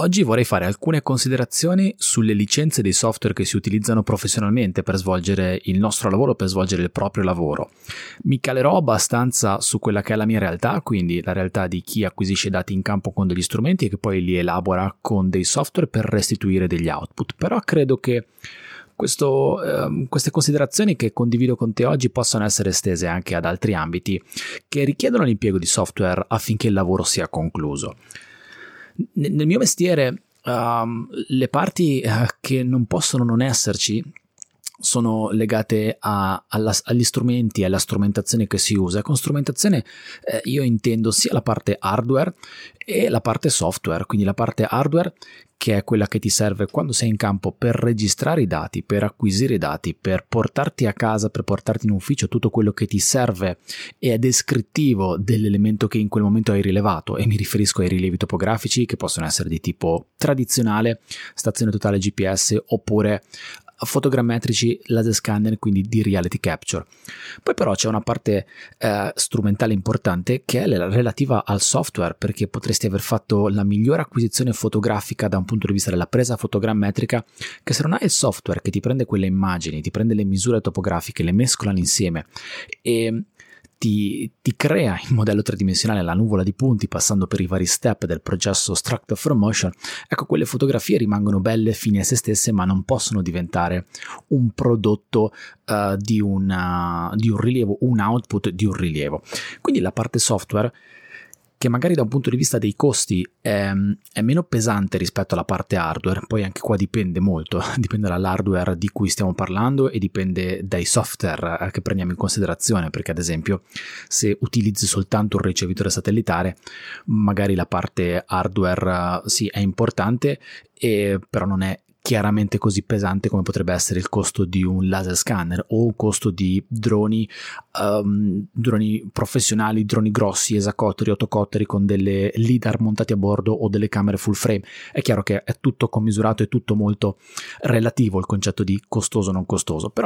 Oggi vorrei fare alcune considerazioni sulle licenze dei software che si utilizzano professionalmente per svolgere il nostro lavoro, per svolgere il proprio lavoro. Mi calerò abbastanza su quella che è la mia realtà, quindi la realtà di chi acquisisce dati in campo con degli strumenti e che poi li elabora con dei software per restituire degli output. Però credo che queste considerazioni che condivido con te oggi possano essere estese anche ad altri ambiti che richiedono l'impiego di software affinché il lavoro sia concluso. Nel mio mestiere le parti che non possono non esserci sono legate agli strumenti e alla strumentazione che si usa. Con strumentazione io intendo sia la parte hardware e la parte software, quindi la parte hardware che è quella che ti serve quando sei in campo per registrare i dati, per acquisire i dati, per portarti a casa, per portarti in ufficio tutto quello che ti serve e è descrittivo dell'elemento che in quel momento hai rilevato, e mi riferisco ai rilievi topografici che possono essere di tipo tradizionale, stazione totale GPS, oppure fotogrammetrici, laser scanner, quindi di reality capture. Poi però c'è una parte strumentale importante che è relativa al software, perché potresti aver fatto la migliore acquisizione fotografica da un punto di vista della presa fotogrammetrica, che se non hai il software che ti prende quelle immagini, ti prende le misure topografiche, le mescolano insieme e ti crea in modello tridimensionale la nuvola di punti passando per i vari step del processo Structure from Motion, ecco, quelle fotografie rimangono belle fini a se stesse, ma non possono diventare un prodotto di un rilievo, un output di un rilievo. Quindi la parte software, che magari da un punto di vista dei costi è meno pesante rispetto alla parte hardware, poi anche qua dipende molto, dipende dall'hardware di cui stiamo parlando e dipende dai software che prendiamo in considerazione, perché ad esempio se utilizzi soltanto un ricevitore satellitare magari la parte hardware sì è importante, però non è chiaramente così pesante come potrebbe essere il costo di un laser scanner o un costo di droni professionali, droni grossi, esacoteri, ottocotteri con delle lidar montati a bordo o delle camere full frame. È chiaro che è tutto commisurato, è tutto molto relativo il concetto di costoso o non costoso, però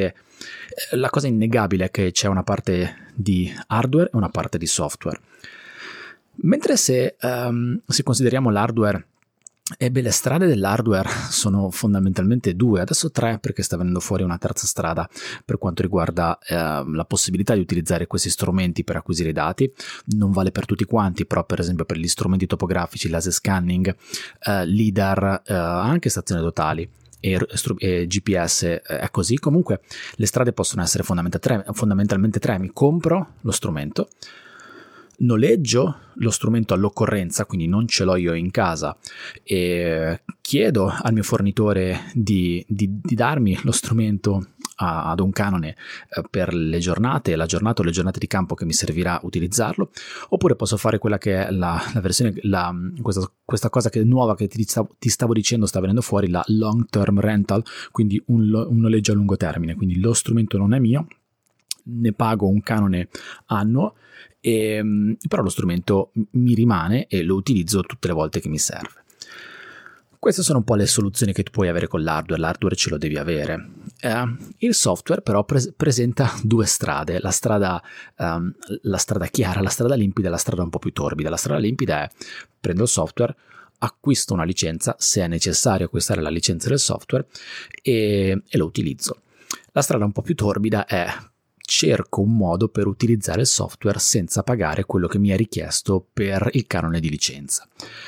la cosa innegabile è che c'è una parte di hardware e una parte di software. Mentre se consideriamo l'hardware, le strade dell'hardware sono fondamentalmente due, adesso tre, perché sta venendo fuori una terza strada per quanto riguarda la possibilità di utilizzare questi strumenti per acquisire i dati. Non vale per tutti quanti, però per esempio per gli strumenti topografici, laser scanning, lidar, anche stazioni totali e GPS è così. Comunque le strade possono essere fondamentalmente tre. Mi compro lo strumento, noleggio lo strumento all'occorrenza, quindi non ce l'ho io in casa, e chiedo al mio fornitore di darmi lo strumento ad un canone per la giornata o le giornate di campo che mi servirà utilizzarlo, oppure posso fare quella che è la versione, questa cosa che è nuova che ti stavo dicendo, sta venendo fuori, la long term rental, quindi un noleggio a lungo termine, quindi lo strumento non è mio, ne pago un canone annuo, però lo strumento mi rimane e lo utilizzo tutte le volte che mi serve. Queste sono un po' le soluzioni che tu puoi avere con l'hardware ce lo devi avere. Il software però presenta due strade, la strada chiara, la strada limpida e la strada un po' più torbida. La strada limpida è: prendo il software, acquisto una licenza, se è necessario acquistare la licenza del software, e lo utilizzo. La strada un po' più torbida è: cerco un modo per utilizzare il software senza pagare quello che mi è richiesto per il canone di licenza.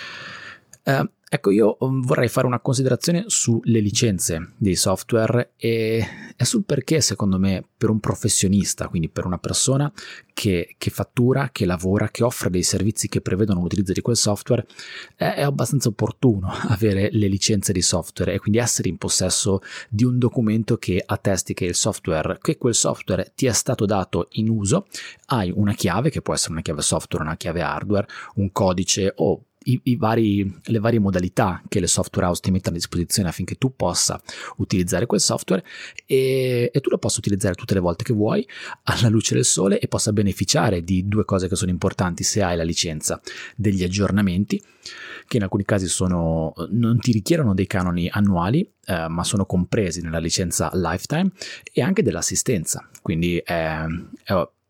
Ecco, io vorrei fare una considerazione sulle licenze dei software e sul perché, secondo me, per un professionista, quindi per una persona che fattura, che lavora, che offre dei servizi che prevedono l'utilizzo di quel software, è abbastanza opportuno avere le licenze di software e quindi essere in possesso di un documento che attesti che quel software ti è stato dato in uso. Hai una chiave, che può essere una chiave software, una chiave hardware, un codice o le varie modalità che le software house ti mettono a disposizione affinché tu possa utilizzare quel software, e tu lo possa utilizzare tutte le volte che vuoi alla luce del sole, e possa beneficiare di due cose che sono importanti se hai la licenza: degli aggiornamenti, che in alcuni casi non ti richiedono dei canoni annuali, ma sono compresi nella licenza lifetime, e anche dell'assistenza, quindi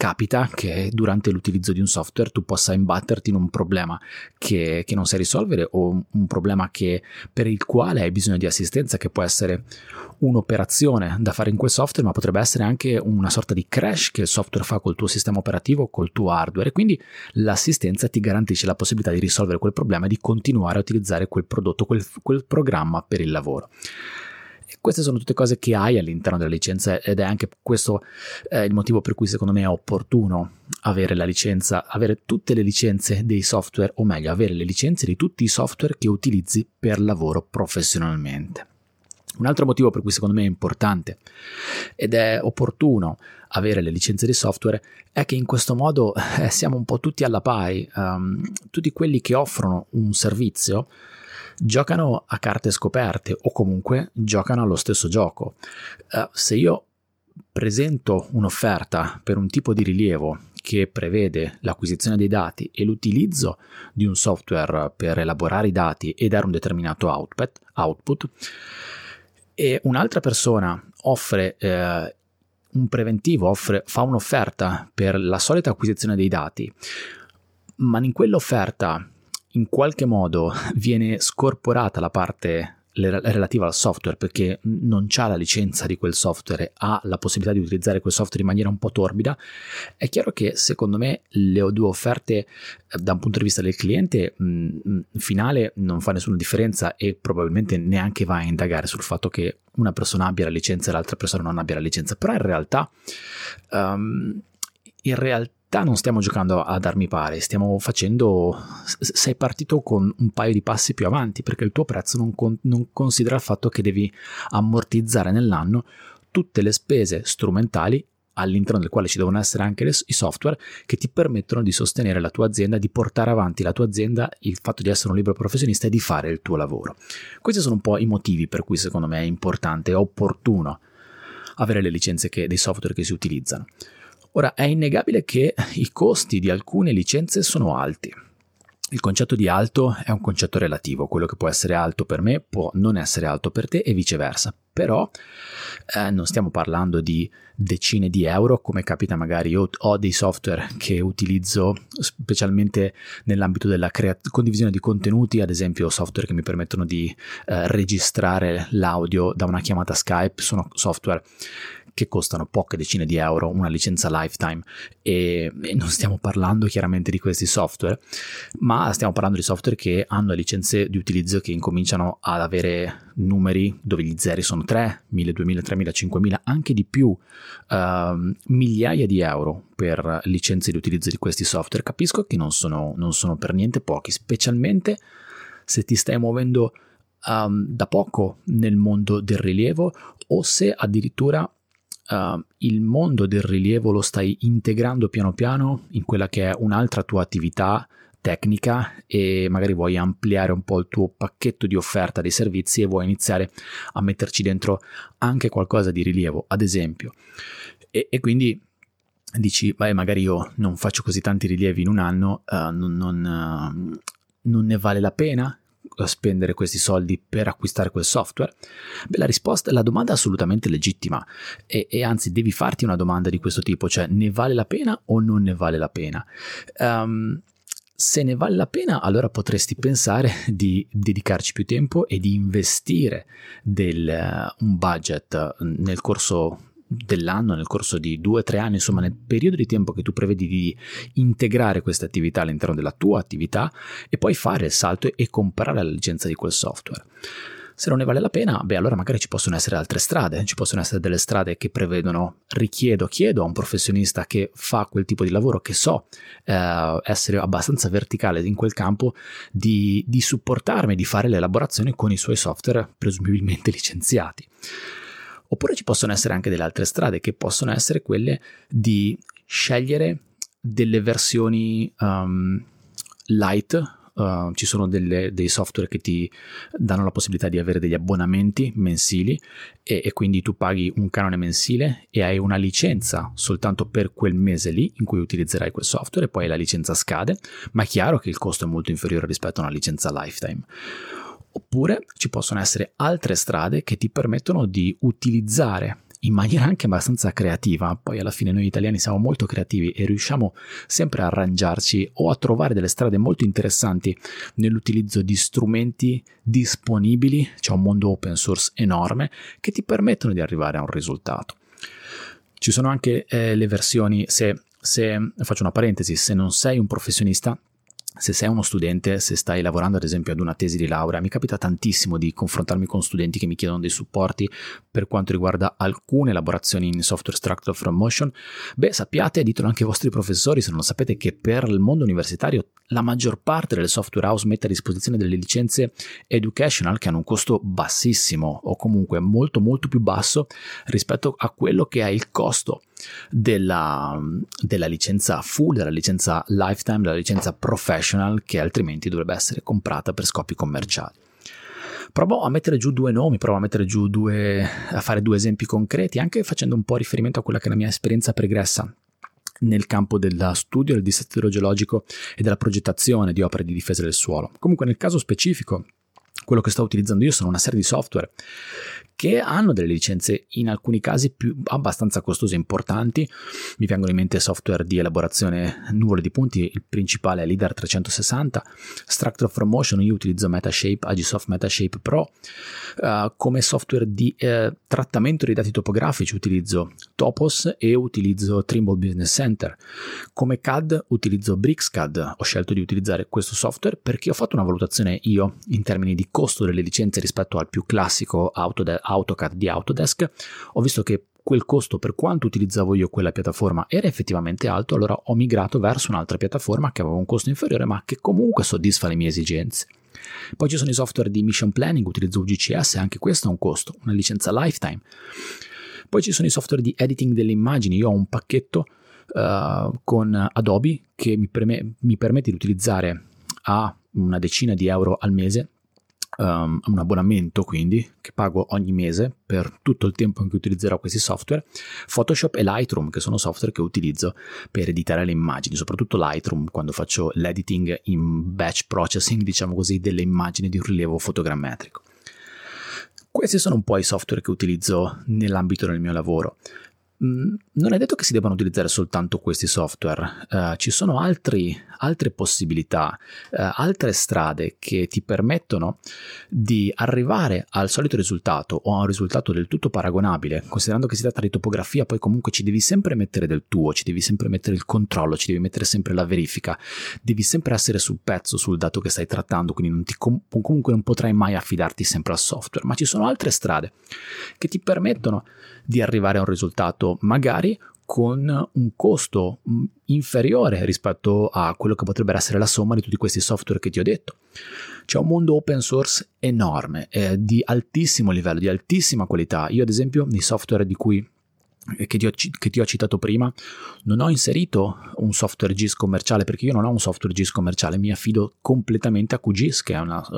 capita che durante l'utilizzo di un software tu possa imbatterti in un problema che non sai risolvere, o un problema per il quale hai bisogno di assistenza, che può essere un'operazione da fare in quel software, ma potrebbe essere anche una sorta di crash che il software fa col tuo sistema operativo, col tuo hardware, e quindi l'assistenza ti garantisce la possibilità di risolvere quel problema e di continuare a utilizzare quel prodotto, quel programma per il lavoro. Queste sono tutte cose che hai all'interno della licenza, ed è anche questo il motivo per cui secondo me è opportuno avere la licenza, avere tutte le licenze dei software, o meglio, avere le licenze di tutti i software che utilizzi per lavoro professionalmente. Un altro motivo per cui secondo me è importante ed è opportuno avere le licenze di software è che in questo modo siamo un po' tutti alla pari. Tutti quelli che offrono un servizio giocano a carte scoperte, o comunque giocano allo stesso gioco. Se io presento un'offerta per un tipo di rilievo che prevede l'acquisizione dei dati e l'utilizzo di un software per elaborare i dati e dare un determinato output, e un'altra persona offre un preventivo, fa un'offerta per la solita acquisizione dei dati, ma in quell'offerta in qualche modo viene scorporata la parte relativa al software, perché non c'ha la licenza di quel software, ha la possibilità di utilizzare quel software in maniera un po' torbida. È chiaro che secondo me le due offerte da un punto di vista del cliente finale non fa nessuna differenza, e probabilmente neanche va a indagare sul fatto che una persona abbia la licenza e l'altra persona non abbia la licenza. Però in realtà non stiamo giocando ad armi pari, sei partito con un paio di passi più avanti, perché il tuo prezzo non considera il fatto che devi ammortizzare nell'anno tutte le spese strumentali all'interno del quale ci devono essere anche i software che ti permettono di sostenere la tua azienda, di portare avanti la tua azienda, il fatto di essere un libero professionista e di fare il tuo lavoro. Questi sono un po' i motivi per cui secondo me è importante e opportuno avere le licenze dei software che si utilizzano. Ora, è innegabile che i costi di alcune licenze sono alti. Il concetto di alto è un concetto relativo, quello che può essere alto per me può non essere alto per te e viceversa, però non stiamo parlando di decine di euro, come capita magari. Io ho dei software che utilizzo specialmente nell'ambito della condivisione di contenuti, ad esempio software che mi permettono di registrare l'audio da una chiamata Skype. Sono software che costano poche decine di euro, una licenza lifetime, e non stiamo parlando chiaramente di questi software, ma stiamo parlando di software che hanno licenze di utilizzo che incominciano ad avere numeri dove gli zeri sono 3, 1000, 2000, 3000, 5000, anche di più, migliaia di euro per licenze di utilizzo di questi software. Capisco che non sono per niente pochi, specialmente se ti stai muovendo da poco nel mondo del rilievo, o se addirittura il mondo del rilievo lo stai integrando piano piano in quella che è un'altra tua attività tecnica, e magari vuoi ampliare un po' il tuo pacchetto di offerta dei servizi e vuoi iniziare a metterci dentro anche qualcosa di rilievo, ad esempio, e quindi dici, magari io non faccio così tanti rilievi in un anno, non ne vale la pena spendere questi soldi per acquistare quel software? La domanda è assolutamente legittima, e anzi devi farti una domanda di questo tipo, cioè ne vale la pena o non ne vale la pena? Se ne vale la pena, allora potresti pensare di dedicarci più tempo e di investire un budget nel corso dell'anno, nel corso di 2-3 anni, insomma nel periodo di tempo che tu prevedi di integrare queste attività all'interno della tua attività, e poi fare il salto e comprare la licenza di quel software. Se non ne vale la pena, allora magari ci possono essere altre strade, ci possono essere delle strade che prevedono chiedo a un professionista che fa quel tipo di lavoro, che so essere abbastanza verticale in quel campo, di supportarmi, di fare l'elaborazione con i suoi software presumibilmente licenziati. Oppure ci possono essere anche delle altre strade, che possono essere quelle di scegliere delle versioni light. Ci sono dei software che ti danno la possibilità di avere degli abbonamenti mensili, e quindi tu paghi un canone mensile e hai una licenza soltanto per quel mese lì in cui utilizzerai quel software, e poi la licenza scade, ma è chiaro che il costo è molto inferiore rispetto a una licenza lifetime. Oppure ci possono essere altre strade che ti permettono di utilizzare in maniera anche abbastanza creativa. Poi alla fine noi italiani siamo molto creativi e riusciamo sempre a arrangiarci o a trovare delle strade molto interessanti nell'utilizzo di strumenti disponibili. C'è un mondo open source enorme che ti permettono di arrivare a un risultato. Ci sono anche le versioni, se faccio una parentesi, se non sei un professionista, se sei uno studente, se stai lavorando ad esempio ad una tesi di laurea, mi capita tantissimo di confrontarmi con studenti che mi chiedono dei supporti per quanto riguarda alcune elaborazioni in software structure from motion. Sappiate, ditelo anche ai vostri professori se non lo sapete, che per il mondo universitario la maggior parte delle software house mette a disposizione delle licenze educational che hanno un costo bassissimo o comunque molto molto più basso rispetto a quello che è il costo della licenza full, della licenza lifetime, della licenza professional, che altrimenti dovrebbe essere comprata per scopi commerciali. Provo a mettere giù due nomi, a fare due esempi concreti, anche facendo un po' riferimento a quella che è la mia esperienza pregressa nel campo dello studio del dissesto idrogeologico e della progettazione di opere di difesa del suolo. Comunque nel caso specifico, quello che sto utilizzando io sono una serie di software che hanno delle licenze in alcuni casi abbastanza costose e importanti. Mi vengono in mente software di elaborazione nuvole di punti, il principale è LiDAR 360, Structure from Motion, io utilizzo Metashape, Agisoft Metashape Pro. Come software di trattamento dei dati topografici utilizzo Topos e utilizzo Trimble Business Center. Come CAD utilizzo BricsCAD. Ho scelto di utilizzare questo software perché ho fatto una valutazione io in termini di costo delle licenze rispetto al più classico AutoCAD di Autodesk. Ho visto che quel costo, per quanto utilizzavo io quella piattaforma, era effettivamente alto, allora ho migrato verso un'altra piattaforma che aveva un costo inferiore ma che comunque soddisfa le mie esigenze. Poi ci sono i software di mission planning, utilizzo UGCS, anche questo ha un costo, una licenza lifetime. Poi ci sono i software di editing delle immagini, io ho un pacchetto con Adobe che mi permette di utilizzare a una decina di euro al mese, un abbonamento quindi che pago ogni mese per tutto il tempo in cui utilizzerò questi software. Photoshop e Lightroom, che sono software che utilizzo per editare le immagini, soprattutto Lightroom quando faccio l'editing in batch processing, diciamo così, delle immagini di un rilievo fotogrammetrico. Questi sono un po' i software che utilizzo nell'ambito del mio lavoro. Non è detto che si debbano utilizzare soltanto questi software, ci sono altre possibilità, altre strade che ti permettono di arrivare al solito risultato o a un risultato del tutto paragonabile. Considerando che si tratta di topografia, poi comunque ci devi sempre mettere del tuo, ci devi sempre mettere il controllo, ci devi mettere sempre la verifica, devi sempre essere sul pezzo sul dato che stai trattando, quindi comunque non potrai mai affidarti sempre al software, ma ci sono altre strade che ti permettono di arrivare a un risultato magari con un costo inferiore rispetto a quello che potrebbe essere la somma di tutti questi software che ti ho detto. C'è un mondo open source enorme, di altissimo livello, di altissima qualità. Io ad esempio nei software che ti ho citato prima non ho inserito un software GIS commerciale, perché io non ho un software GIS commerciale, mi affido completamente a QGIS, che è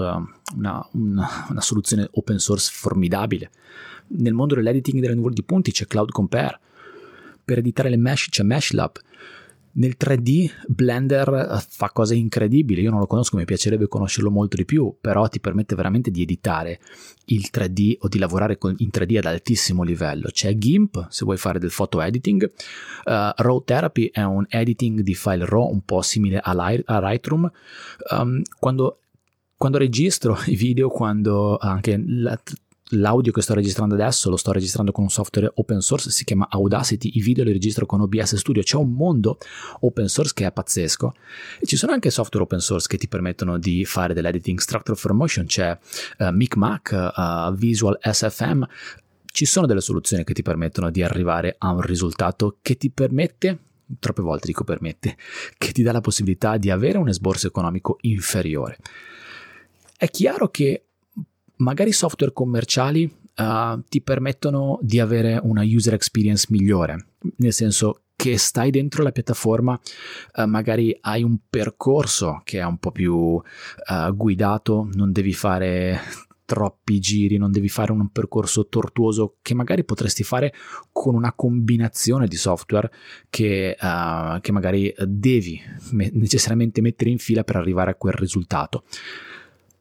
una soluzione open source formidabile. Nel mondo dell'editing delle nuvole di punti c'è Cloud Compare, per editare le mesh c'è MeshLab. Nel 3D Blender fa cose incredibili, io non lo conosco, mi piacerebbe conoscerlo molto di più, però ti permette veramente di editare il 3D o di lavorare in 3D ad altissimo livello. C'è GIMP se vuoi fare del photo editing, Raw Therapy è un editing di file RAW un po' simile a Lightroom. Quando registro i video, quando anche l'audio che sto registrando adesso lo sto registrando con un software open source, si chiama Audacity, i video li registro con OBS Studio. C'è un mondo open source che è pazzesco e ci sono anche software open source che ti permettono di fare dell'editing structure from motion. C'è Micmac, Visual SFM. Ci sono delle soluzioni che ti permettono di arrivare a un risultato che ti permette, troppe volte dico permette, che ti dà la possibilità di avere un esborso economico inferiore. È chiaro che magari software commerciali ti permettono di avere una user experience migliore, nel senso che stai dentro la piattaforma, magari hai un percorso che è un po' più guidato, non devi fare troppi giri, non devi fare un percorso tortuoso che magari potresti fare con una combinazione di software che magari devi necessariamente mettere in fila per arrivare a quel risultato.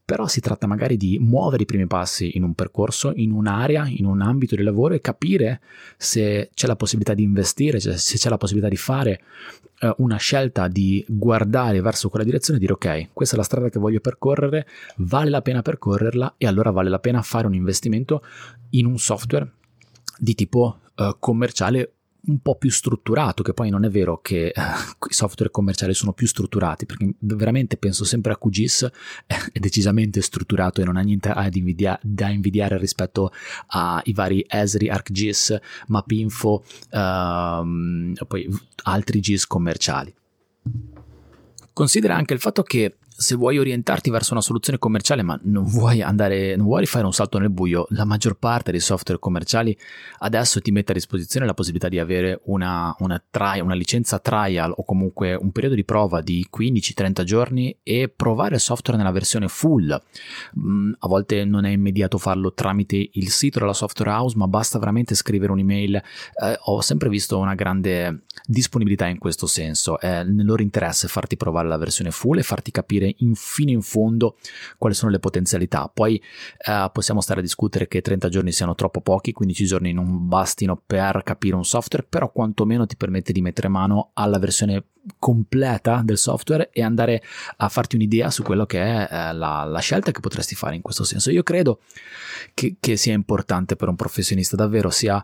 però si tratta magari di muovere i primi passi in un percorso, in un'area, in un ambito di lavoro e capire se c'è la possibilità di investire, cioè se c'è la possibilità di fare una scelta, di guardare verso quella direzione e dire ok, questa è la strada che voglio percorrere, vale la pena percorrerla e allora vale la pena fare un investimento in un software di tipo commerciale un po' più strutturato, che poi non è vero che i software commerciali sono più strutturati, perché veramente penso sempre a QGIS, è decisamente strutturato e non ha niente da invidiare rispetto ai vari Esri, ArcGIS, MapInfo, poi altri GIS commerciali. Considera anche il fatto che se vuoi orientarti verso una soluzione commerciale ma non vuoi fare un salto nel buio, la maggior parte dei software commerciali adesso ti mette a disposizione la possibilità di avere una licenza trial o comunque un periodo di prova di 15-30 giorni e provare il software nella versione full. A volte non è immediato farlo tramite il sito della software house, ma basta veramente scrivere un'email. Ho sempre visto una grande disponibilità in questo senso, è nel loro interesse farti provare la versione full e farti capire fino in fondo quali sono le potenzialità. Poi possiamo stare a discutere che 30 giorni siano troppo pochi, 15 giorni non bastino per capire un software, però quantomeno ti permette di mettere mano alla versione completa del software e andare a farti un'idea su quello che è la scelta che potresti fare in questo senso. Io credo che sia importante per un professionista, davvero sia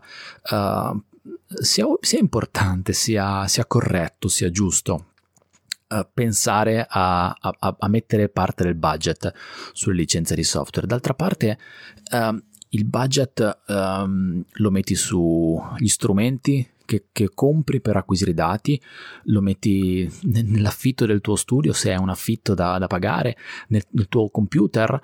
importante, sia corretto, sia giusto pensare a mettere parte del budget sulle licenze di software. D'altra parte il budget lo metti sugli strumenti che compri per acquisire i dati, lo metti nell'affitto del tuo studio, se è un affitto da pagare, nel tuo computer,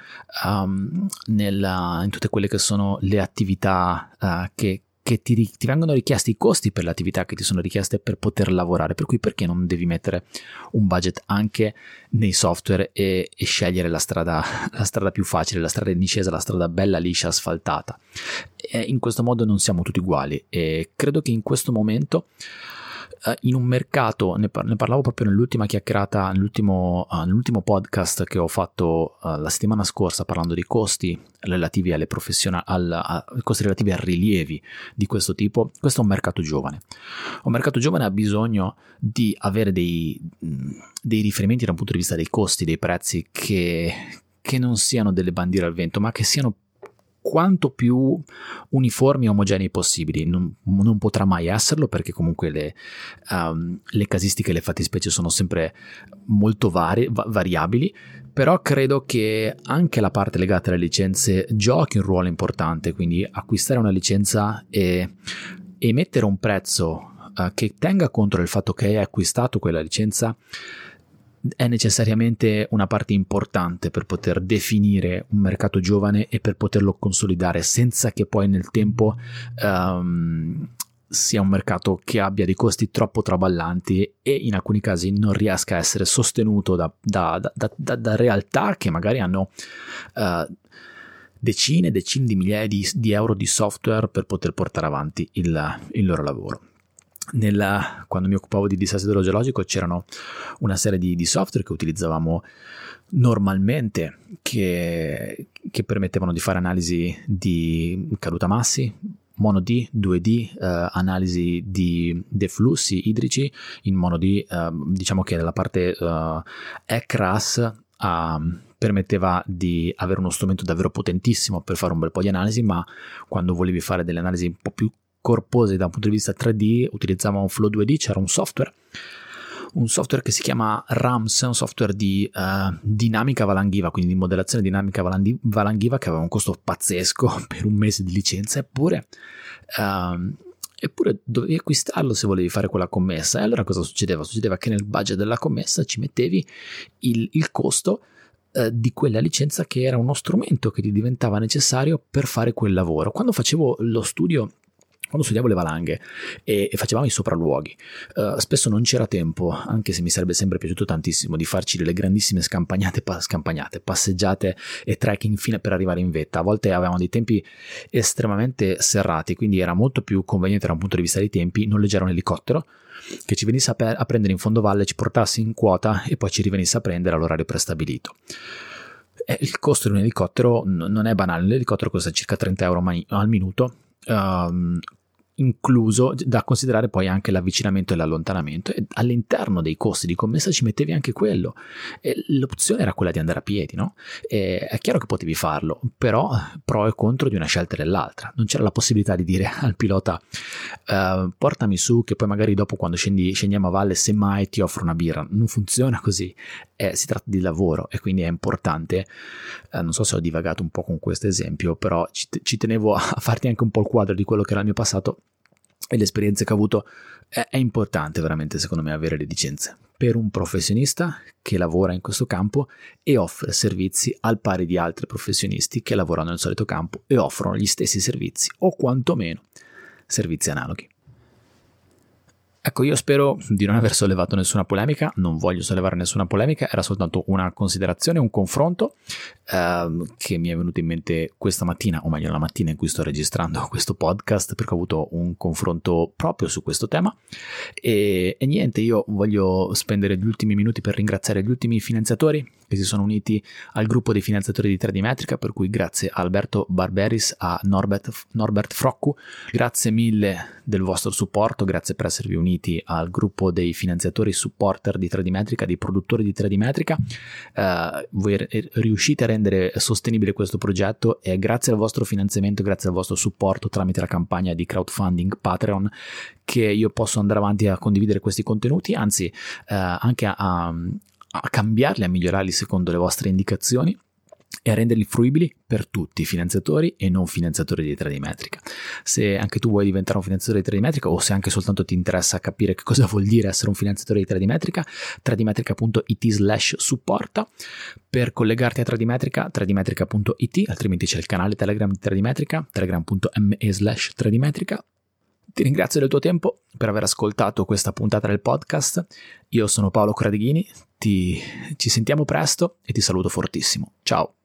in tutte quelle che sono le attività che ti vengono richiesti, i costi per le attività che ti sono richieste per poter lavorare, per cui perché non devi mettere un budget anche nei software e scegliere la strada più facile, la strada in discesa, la strada bella liscia asfaltata. E in questo modo non siamo tutti uguali e credo che in questo momento in un mercato, ne parlavo proprio nell'ultima chiacchierata, nell'ultimo podcast che ho fatto la settimana scorsa, parlando dei costi relativi alle costi relativi a rilievi di questo tipo. Questo è un mercato giovane. Un mercato giovane ha bisogno di avere dei riferimenti da un punto di vista dei costi, dei prezzi che non siano delle bandiere al vento, ma che siano quanto più uniformi e omogenei possibili. Non potrà mai esserlo, perché comunque le casistiche e le fattispecie sono sempre molto variabili, però credo che anche la parte legata alle licenze giochi un ruolo importante, quindi acquistare una licenza e mettere un prezzo che tenga conto del fatto che hai acquistato quella licenza è necessariamente una parte importante per poter definire un mercato giovane e per poterlo consolidare, senza che poi nel tempo sia un mercato che abbia dei costi troppo traballanti e in alcuni casi non riesca a essere sostenuto da realtà che magari hanno decine e decine di migliaia di euro di software per poter portare avanti il loro lavoro. Quando mi occupavo di dissesto idrogeologico c'erano una serie di software che utilizzavamo normalmente che permettevano di fare analisi di caduta massi, mono D, 2D, analisi di deflussi idrici in mono D. Diciamo che nella parte ECRAS permetteva di avere uno strumento davvero potentissimo per fare un bel po' di analisi, ma quando volevi fare delle analisi un po' più corpose da un punto di vista 3D utilizzavamo un Flow 2D. C'era un software che si chiama RAMS, un software di dinamica valanghiva, quindi di modellazione dinamica valanghiva, che aveva un costo pazzesco per un mese di licenza, eppure dovevi acquistarlo se volevi fare quella commessa. E allora cosa succedeva? Succedeva che nel budget della commessa ci mettevi il costo di quella licenza, che era uno strumento che ti diventava necessario per fare quel lavoro. Quando studiavo le valanghe e facevamo i sopralluoghi, spesso non c'era tempo, anche se mi sarebbe sempre piaciuto tantissimo, di farci delle grandissime passeggiate e trekking fino per arrivare in vetta. A volte avevamo dei tempi estremamente serrati, quindi era molto più conveniente da un punto di vista dei tempi noleggiare un elicottero che ci venisse a prendere in fondovalle, ci portasse in quota e poi ci rivenisse a prendere all'orario prestabilito. il costo di un elicottero non è banale, l'elicottero costa circa 30 euro al minuto, incluso da considerare poi anche l'avvicinamento e l'allontanamento, e all'interno dei costi di commessa ci mettevi anche quello, e l'opzione era quella di andare a piedi, no? E è chiaro che potevi farlo, però pro e contro di una scelta e dell'altra. Non c'era la possibilità di dire al pilota portami su, che poi magari dopo quando scendiamo a valle semmai ti offro una birra. Non funziona così, si tratta di lavoro, e quindi è importante, non so se ho divagato un po' con questo esempio, però ci tenevo a farti anche un po' il quadro di quello che era il mio passato e le esperienze che ho avuto. È importante veramente, secondo me, avere le licenze per un professionista che lavora in questo campo e offre servizi al pari di altri professionisti che lavorano nel solito campo e offrono gli stessi servizi o quantomeno servizi analoghi. Ecco, io spero di non aver sollevato nessuna polemica, non voglio sollevare nessuna polemica, era soltanto una considerazione, un confronto che mi è venuto in mente questa mattina, o meglio la mattina in cui sto registrando questo podcast, perché ho avuto un confronto proprio su questo tema. E niente, io voglio spendere gli ultimi minuti per ringraziare gli ultimi finanziatori che si sono uniti al gruppo dei finanziatori di 3D Metrica, per cui grazie a Alberto Barberis, a Norbert Froccu, grazie mille del vostro supporto, grazie per esservi uniti al gruppo dei finanziatori supporter di 3D Metrica, dei produttori di 3D Metrica. Voi riuscite a rendere sostenibile questo progetto, e grazie al vostro finanziamento, grazie al vostro supporto tramite la campagna di crowdfunding Patreon, che io posso andare avanti a condividere questi contenuti, anzi anche a cambiarli, a migliorarli secondo le vostre indicazioni e a renderli fruibili per tutti, finanziatori e non finanziatori di 3D Metrica. Se anche tu vuoi diventare un finanziatore di 3D Metrica, o se anche soltanto ti interessa capire che cosa vuol dire essere un finanziatore di 3D Metrica, 3dmetrica.it/supporta. Per collegarti a 3D Metrica, 3dmetrica.it, altrimenti c'è il canale Telegram di 3D Metrica, telegram.me/3D Metrica. Ti ringrazio del tuo tempo per aver ascoltato questa puntata del podcast. Io sono Paolo Corradeghini, ci sentiamo presto e ti saluto fortissimo. Ciao!